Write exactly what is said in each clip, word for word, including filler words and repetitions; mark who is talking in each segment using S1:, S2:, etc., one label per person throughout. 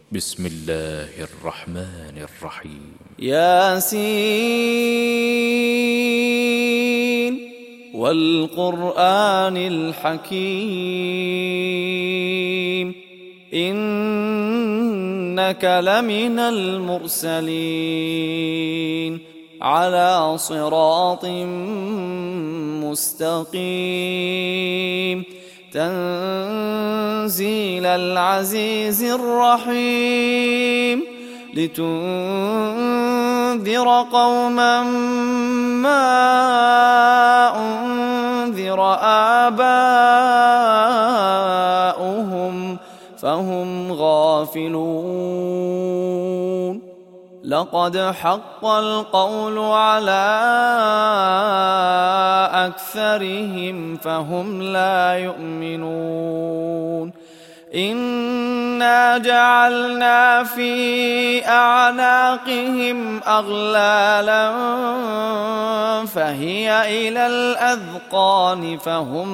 S1: بسم الله الرحمن الرحيم.
S2: ياسين والقرآن الحكيم إنك لمن المرسلين على صراط مستقيم تنزيل العزيز الرحيم لتنذر قوما ما أنذر آباؤهم فهم غافلون لقد حق القول على أكثرهم فهم لا يؤمنون إنا جعلنا في أعناقهم أغلالا فهي إلى الأذقان فهم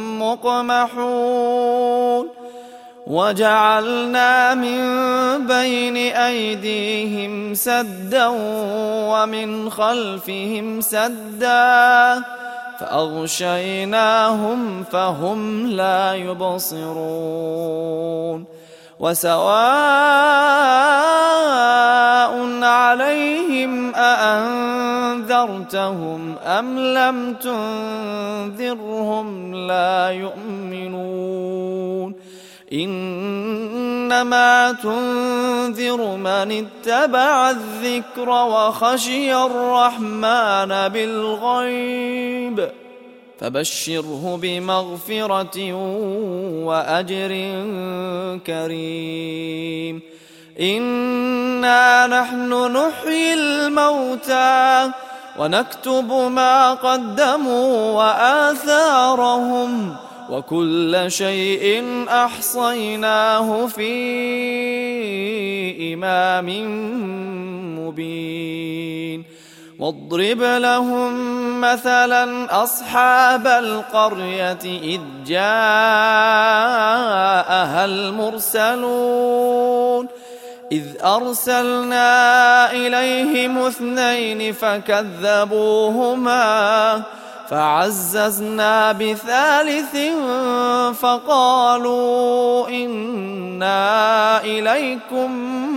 S2: مقمحون وجعلنا من بين أيديهم سدا ومن خلفهم سدا فأغشيناهم فهم لا يبصرون وسواء عليهم أأنذرتهم أم لم تنذرهم لا يؤمنون إنما تنذر من اتبع الذكر وخشي الرحمن بالغيب فبشره بمغفرة وأجر كريم إنا نحن نحيي الموتى ونكتب ما قدموا وآثارهم وكل شيء أحصيناه في إمام مبين واضرب لهم مثلا أصحاب القرية إذ جاءها المرسلون إذ أرسلنا إليهم اثنين فكذبوهما فعززنا بثالث فقالوا إنا إليكم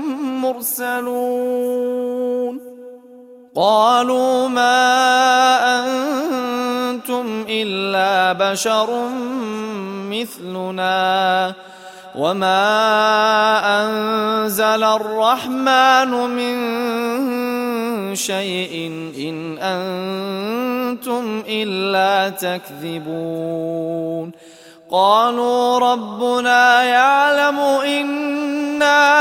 S2: مرسلون قالوا ما أنتم إلا بشر مثلنا وما أنزل الرحمن من شيء إن أنتم إلا تكذبون قالوا ربنا يعلم إنا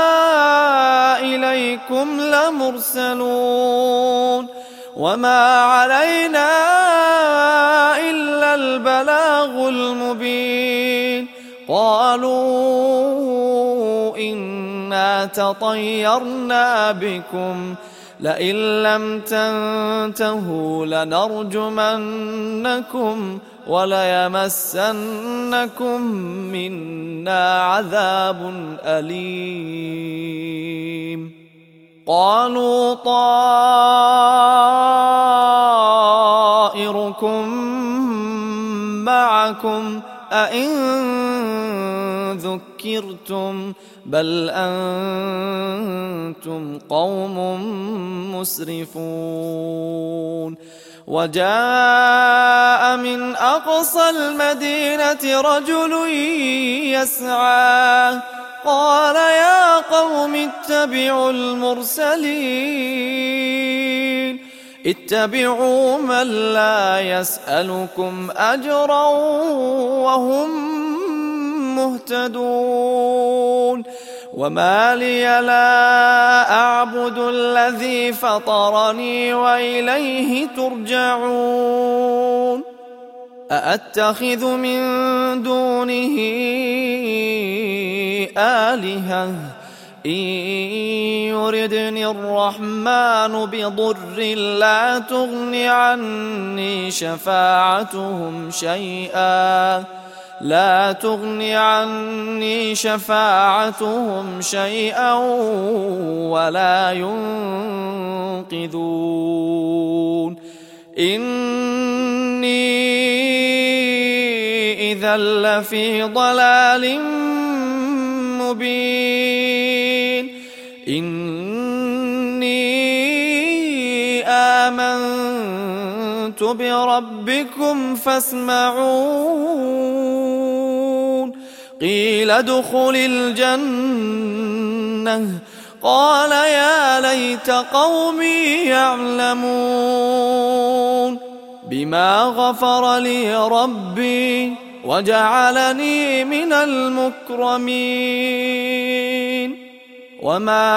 S2: إليكم لمرسلون وما علينا إلا البلاغ المبين قالوا إنا تطيرنا بكم لئن لم تنتهوا لنرجمنكم وليمسنكم منا عذاب أليم قالوا طائركم معكم أئن ذكرتم بل أنتم قوم مسرفون وجاء من أقصى المدينة رجل يسعى قال يا قوم اتبعوا المرسلين اتبعوا من لا يسألكم أجرا وهم مهتدون وما لي لا أعبد الذي فطرني وإليه ترجعون أأتخذ من دونه آلهة إن يردني الرحمن بضر لا تغن عني شفاعتهم شيئا لا تغن عني شفاعتهم شيئا ولا ينقذون إني إذا لفي ضلال مبين إني آمنت بربكم فاسمعون قيل ادخل الجنة قال يا ليت قومي يعلمون بما غفر لي ربي وجعلني من المكرمين وما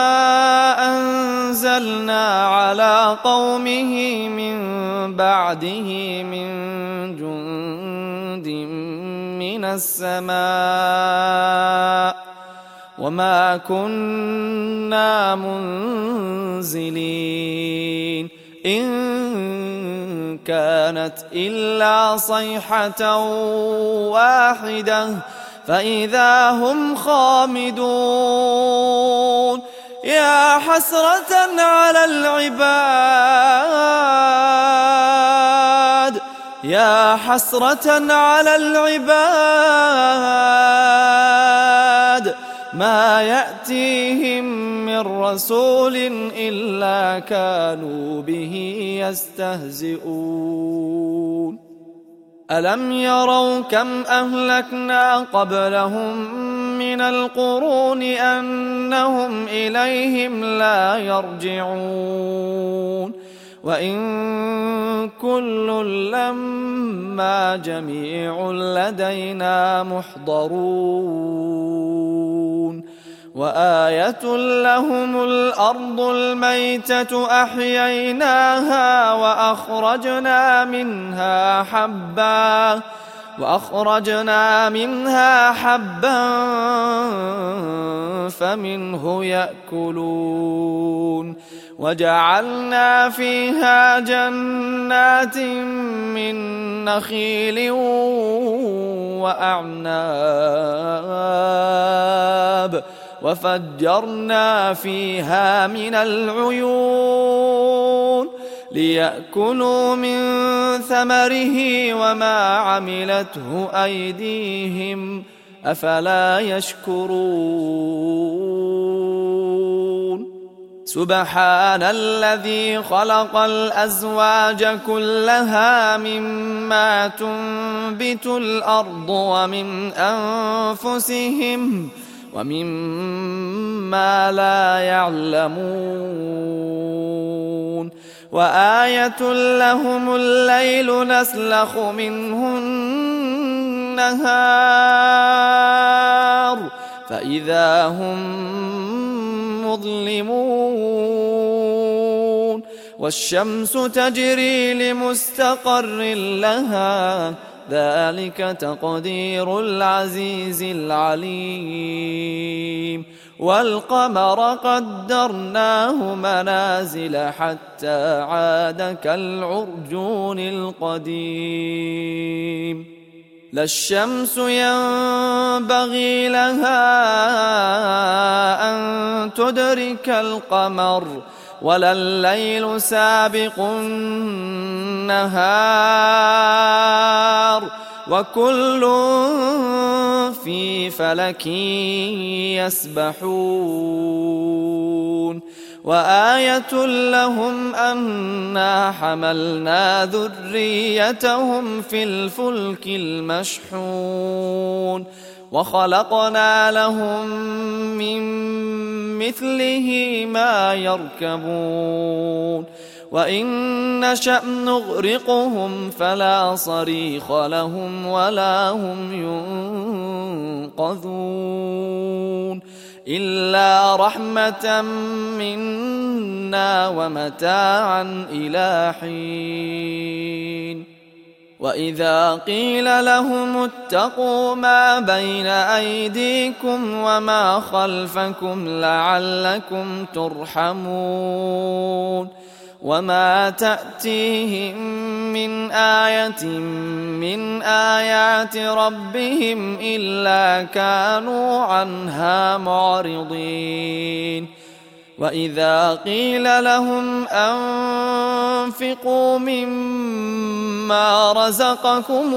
S2: أنزلنا على قومه من بعده من جند من السماء وما كنا منزلين إن كانت إلا صيحة واحدة فإذا هم خامدون يا حسرة على العباد يا حسرة على العباد ما يأتيهم من رسول إلا كانوا به يستهزئون ألم يروا كم أهلكنا قبلهم من القرون أنهم إليهم لا يرجعون وإن كل لما جميع لدينا محضرون وآية لهم الأرض الميتة أحييناها وأخرجنا منها حبا وأخرجنا منها حبا فمنه يأكلون وجعلنا فيها جنات من نخيل وأعناب وفجرنا فيها من العيون ليأكلوا من ثمره وما عملته أيديهم أفلا يشكرون سبحان الذي خلق الأزواج كلها مما تنبت الأرض ومن أنفسهم ومما لا يعلمون وآية لهم الليل نسلخ منه النهار فإذا هم مظلمون والشمس تجري لمستقر لها ذلك تقدير العزيز العليم والقمر قدرناه منازل حتى عاد كالعرجون القديم لا الشمس ينبغي لها أن تدرك القمر ولا الليل سابق النهار وكل في فلك يسبحون وآية لهم أنا حملنا ذريتهم في الفلك المشحون وخلقنا لهم من مثله ما يركبون وإن نشأ نغرقهم فلا صريخ لهم ولا هم ينقذون إلا رحمة منا ومتاعا إلى حين وإذا قيل لهم اتقوا ما بين أيديكم وما خلفكم لعلكم ترحمون وما تأتيهم من آية من آيات ربهم إلا كانوا عنها معرضين وإذا قيل لهم أنفقوا مما رزقكم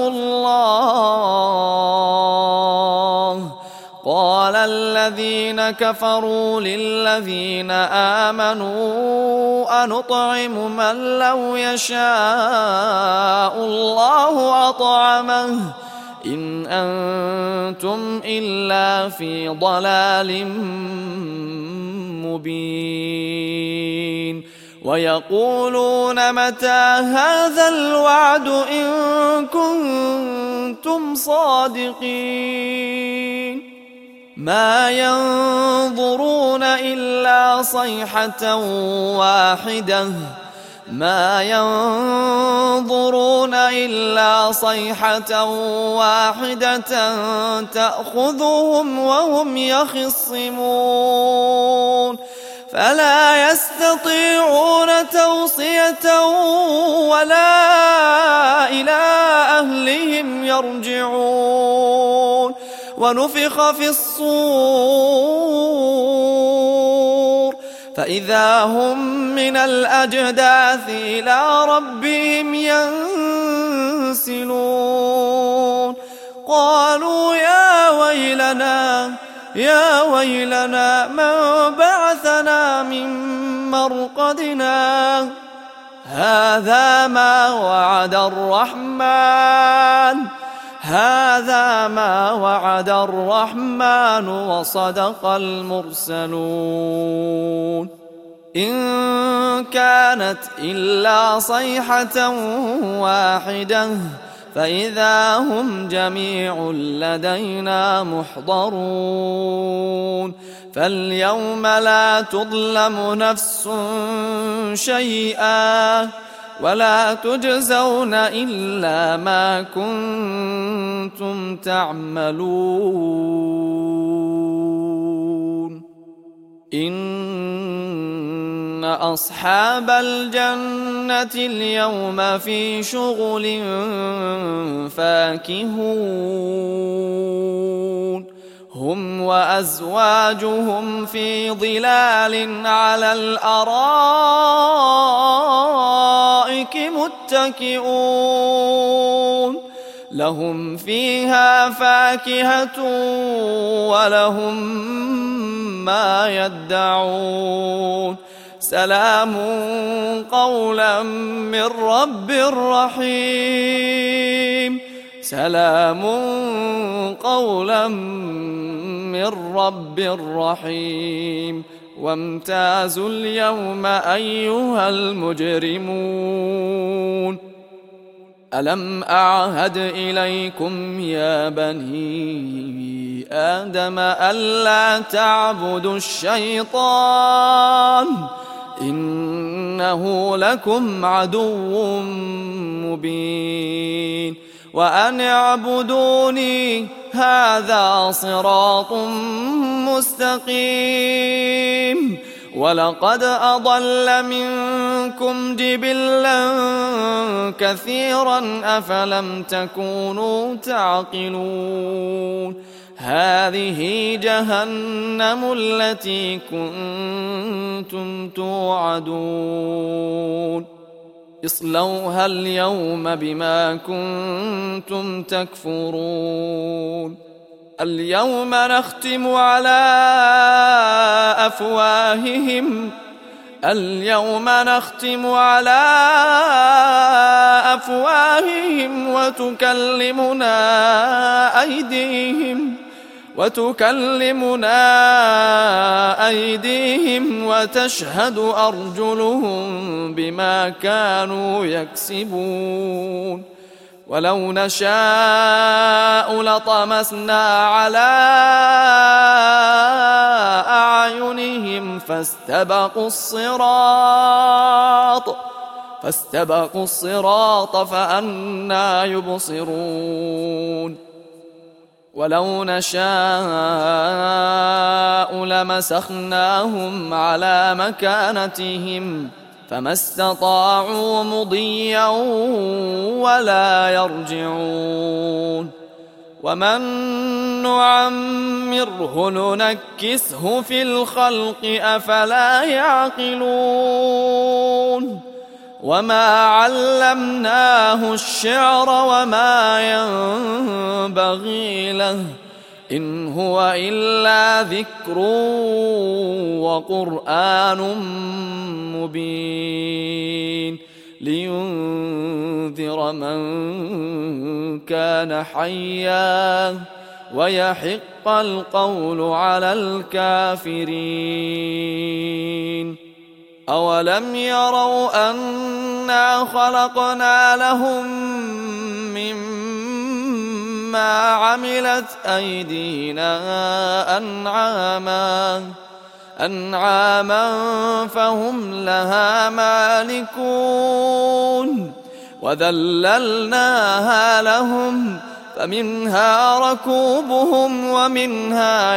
S2: الله قال الذين كفروا للذين آمنوا أنطعم من لو يشاء الله أطعمه إن أنتم إلا في ضلال مبين ويقولون متى هذا الوعد إن كنتم صادقين ما ينظرون إلا صيحة واحدة ما ينظرون إلا صيحة واحدة تأخذهم وهم يخصمون فلا يستطيعون توصية ولا إلى أهلهم يرجعون ونفخ في الصور فإذا هم من الأجداث إلى ربهم ينسلون قالوا يا ويلنا يا ويلنا من بعثنا من مرقدنا هذا ما وعد الرحمن هذا ما وعد الرحمن وصدق المرسلون إن كانت إلا صيحة واحدة فإذا هم جميع لدينا محضرون فاليوم لا تظلم نفس شيئا ولا تجزون إلا ما كنتم تعملون إن أصحاب الجنة اليوم في شغل فاكهون هم وأزواجهم في ظلال على الأرائك متكئون لهم فيها فاكهة ولهم ما يدعون سلام قولا من رب رحيم سلام قولا من رب رحيم وامتازوا اليوم أيها المجرمون ألم أعهد إليكم يا بني آدم ألا تعبدوا الشيطان إنه لكم عدو مبين وأن اعبدوني هذا صراط مستقيم ولقد أضل منكم جبلا كثيرا أفلم تكونوا تعقلون هذه جهنم التي كنتم توعدون اصلوها اليوم بما كنتم تكفرون اليوم نختم على أفواههم اليوم نختم على أفواههم وتكلمنا أيديهم وتكلمنا أيديهم وتشهد أرجلهم بما كانوا يكسبون ولو نشاء لطمسنا على أعينهم فاستبقوا الصراط فاستبقوا الصراط فأنى يبصرون ولو نشاء لمسخناهم على مكانتهم فما استطاعوا مضيا ولا يرجعون ومن نعمره ننكسه في الخلق أفلا يعقلون وما علمناه الشعر وما ينبغي له إن هو إلا ذكر وقرآن مبين لينذر من كان حيا ويحق القول على الكافرين أولم يروا أنا خلقنا لهم مما عملت أيدينا أنعاما أنعاما فهم لها مالكون وذللناها لهم فمنها ركوبهم ومنها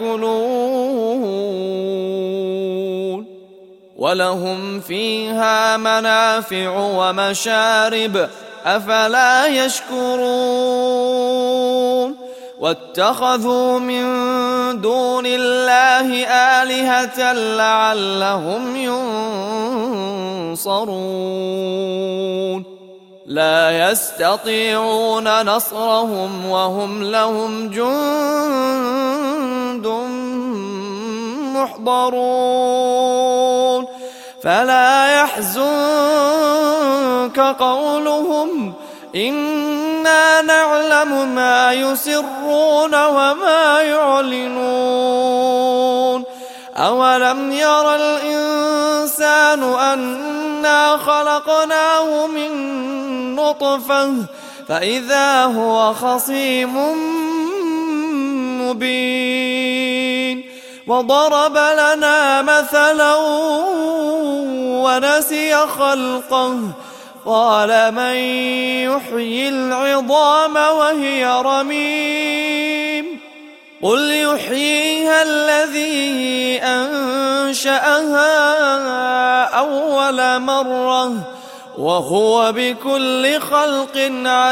S2: يأكلون ولهم فيها منافع ومشارب أفلا يشكرون واتخذوا من دون الله آلهة لعلهم ينصرون لا يستطيعون نصرهم وهم لهم جند محضرون فلا يحزنك قولهم إنا نعلم ما يسرون وما يعلنون أولم ير الإنسان أنا خلقناه من نطفة فإذا هو خصيم مبين وضرب لنا مثلا ونسي خلقه قال من يحيي العظام وهي رميم قل يحييها الذي أنشأها أول مرة وهو بكل خلق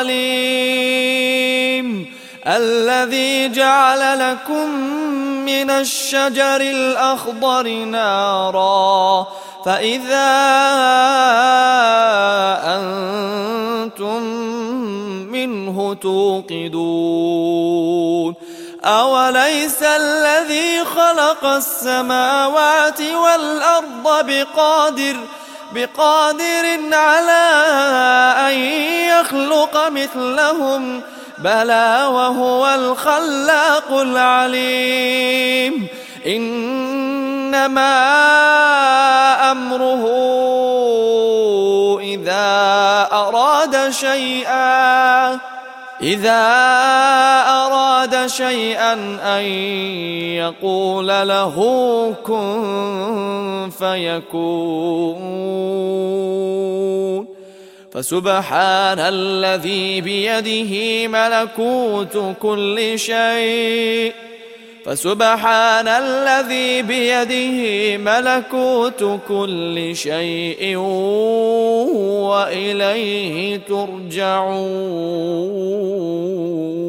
S2: عليم الذي جعل لكم من الشجر الأخضر نارا فإذا أنتم منه توقدون أوليس الذي خلق السماوات والأرض بقادر بقادر على أن يخلق مثلهم بلى وهو الخلاق العليم إنما أمره إذا أراد شيئا إذا أراد شيئا أن يقول له كن فيكون فسبحان الذي بيده ملكوت كل شيء فسبحان الذي بيده ملكوت كل شيء وإليه ترجعون.